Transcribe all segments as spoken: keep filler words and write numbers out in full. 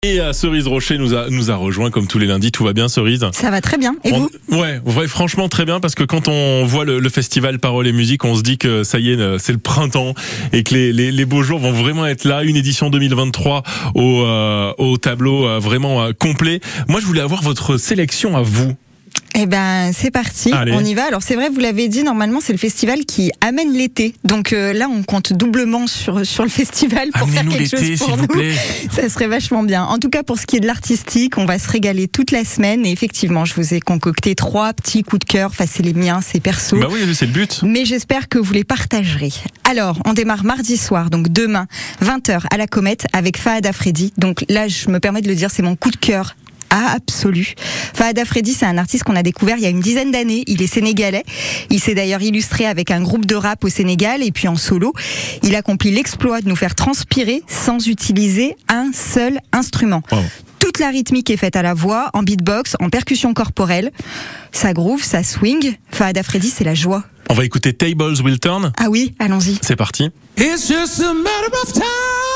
Et euh, Cerise Rocher nous a nous a rejoint comme tous les lundis. Tout va bien, Cerise? Ça va très bien. Et on, vous? Ouais, ouais, franchement très bien, parce que quand on voit le, le festival Paroles et Musique, on se dit que ça y est, c'est le printemps et que les, les, les beaux jours vont vraiment être là. Une édition deux mille vingt-trois au, euh, au tableau euh, vraiment euh, complet. Moi, je voulais avoir votre sélection à vous. Eh ben, c'est parti, Allez. On y va. Alors c'est vrai, vous l'avez dit, normalement c'est le festival qui amène l'été. Donc euh, là, on compte doublement sur sur le festival pour Amenez-nous faire quelque l'été, chose pour s'il vous nous. plaît. Ça serait vachement bien. En tout cas, pour ce qui est de l'artistique, on va se régaler toute la semaine. Et effectivement, je vous ai concocté trois petits coups de cœur. Enfin, c'est les miens, c'est perso. Bah oui, c'est le but. Mais j'espère que vous les partagerez. Alors, on démarre mardi soir, donc demain, vingt heures à la Comète avec Fahad Afredi. Donc là, je me permets de le dire, c'est mon coup de cœur absolu. Fahad Afredi, c'est un artiste qu'on a découvert il y a une dizaine d'années. Il est sénégalais. Il s'est d'ailleurs illustré avec un groupe de rap au Sénégal et puis en solo. Il accomplit l'exploit de nous faire transpirer sans utiliser un seul instrument. Wow. Toute la rythmique est faite à la voix, en beatbox, en percussion corporelle. Ça groove, ça swing. Fahad Afredi, c'est la joie. On va écouter Tables Will Turn. Ah oui, allons-y. C'est parti. It's just a matter of time.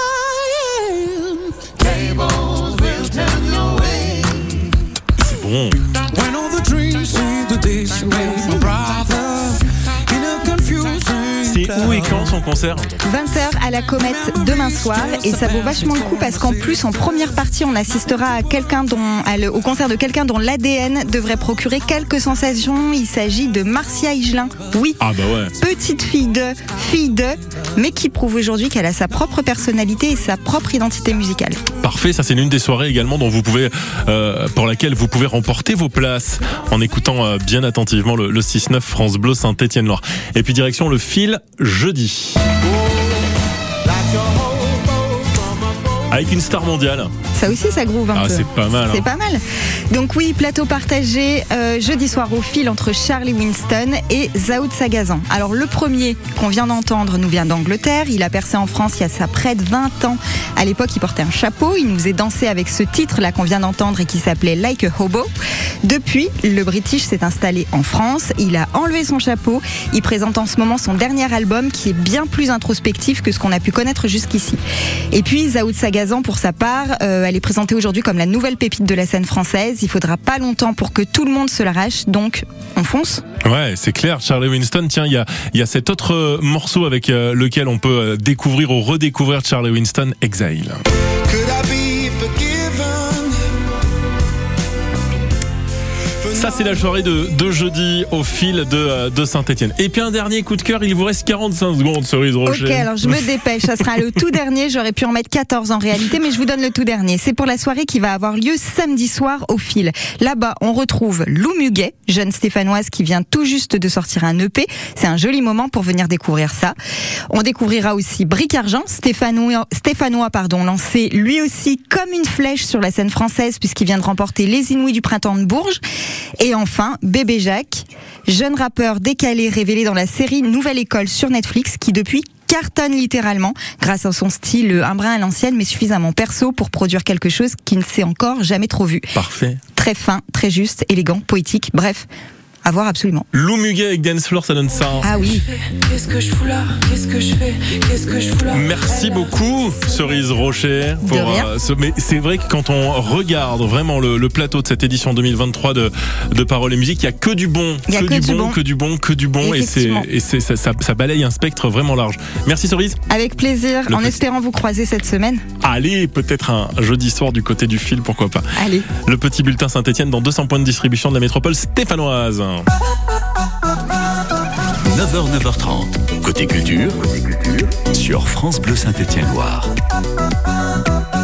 Tables will turn your way. Bon. When all the dreams seem to dissipate, my brother, in a confusing C'est où et quand son concert? vingt heures à la Comète demain soir, et ça vaut vachement le coup parce qu'en plus en première partie on assistera à quelqu'un dont, à le, au concert de quelqu'un dont l'A D N devrait procurer quelques sensations. Il s'agit de Marcia Higelin. Oui. Ah bah ouais. Petite fille de, fille de, mais qui prouve aujourd'hui qu'elle a sa propre personnalité et sa propre identité musicale. Parfait, ça c'est l'une des soirées également dont vous pouvez, euh, pour laquelle vous pouvez remporter vos places en écoutant euh, bien attentivement le, le six neuf France Bleu Saint-Étienne-Loire. Et puis direction le fil jeudi. Avec une star mondiale. Ça aussi, ça groove un Ah, peu. c'est pas mal. C'est hein. pas mal. Donc oui, plateau partagé euh, jeudi soir au fil entre Charlie Winston et Zaoud Sagazan. Alors le premier qu'on vient d'entendre nous vient d'Angleterre. Il a percé en France il y a ça près de vingt ans. À l'époque, il portait un chapeau. Il nous faisait danser avec ce titre là qu'on vient d'entendre et qui s'appelait Like a Hobo. Depuis, le British s'est installé en France. Il a enlevé son chapeau. Il présente en ce moment son dernier album qui est bien plus introspectif que ce qu'on a pu connaître jusqu'ici. Et puis Zaoud Sagazan, pour sa part, euh, elle est présentée aujourd'hui comme la nouvelle pépite de la scène française. Il faudra pas longtemps pour que tout le monde se l'arrache, donc on fonce. Ouais, c'est clair. Charlie Winston, tiens, il y a, il y a cet autre euh, morceau avec euh, lequel on peut euh, découvrir ou redécouvrir Charlie Winston, Exile. Could I be forgiven? Ça, c'est la soirée de, de jeudi au fil de, de Saint-Étienne. Et puis un dernier coup de cœur, il vous reste quarante-cinq secondes, Cerise Rocher. Ok, alors je me dépêche, ça sera le tout dernier. J'aurais pu en mettre quatorze en réalité, mais je vous donne le tout dernier. C'est pour la soirée qui va avoir lieu samedi soir au fil. Là-bas, on retrouve Lou Muguet, jeune stéphanoise qui vient tout juste de sortir un E P. C'est un joli moment pour venir découvrir ça. On découvrira aussi Bric Argent, stéphanois, stéphanois pardon, lancé lui aussi comme une flèche sur la scène française puisqu'il vient de remporter les Inouïs du printemps de Bourges. Et enfin, Bébé Jacques, jeune rappeur décalé révélé dans la série Nouvelle École sur Netflix qui depuis cartonne littéralement grâce à son style un brin à l'ancienne mais suffisamment perso pour produire quelque chose qui ne s'est encore jamais trop vu. Parfait. Très fin, très juste, élégant, poétique, bref, à voir absolument. Lou Muguet avec Dance Floor, ça donne ça. Ah oui. Qu'est-ce que je fous là? Qu'est-ce que je fais? Qu'est-ce que je fous là? Merci beaucoup, Cerise Rocher. Pour, De rien. euh, ce, mais c'est vrai que quand on regarde vraiment le, le plateau de cette édition deux mille vingt-trois de, de Paroles et Musique, il y a que du bon, Il y a que, que du du bon, bon. que du bon, que du bon, et c'est Effectivement. et c'est ça, ça, ça balaye un spectre vraiment large. Merci Cerise. Avec plaisir, Le en petit- espérant vous croiser cette semaine. Allez, peut-être un jeudi soir du côté du fil, pourquoi pas. Allez. Le petit bulletin Saint-Étienne dans deux cents points de distribution de la métropole stéphanoise. neuf heures neuf heures trente. Côté culture, sur France Bleu Saint-Étienne-Loire.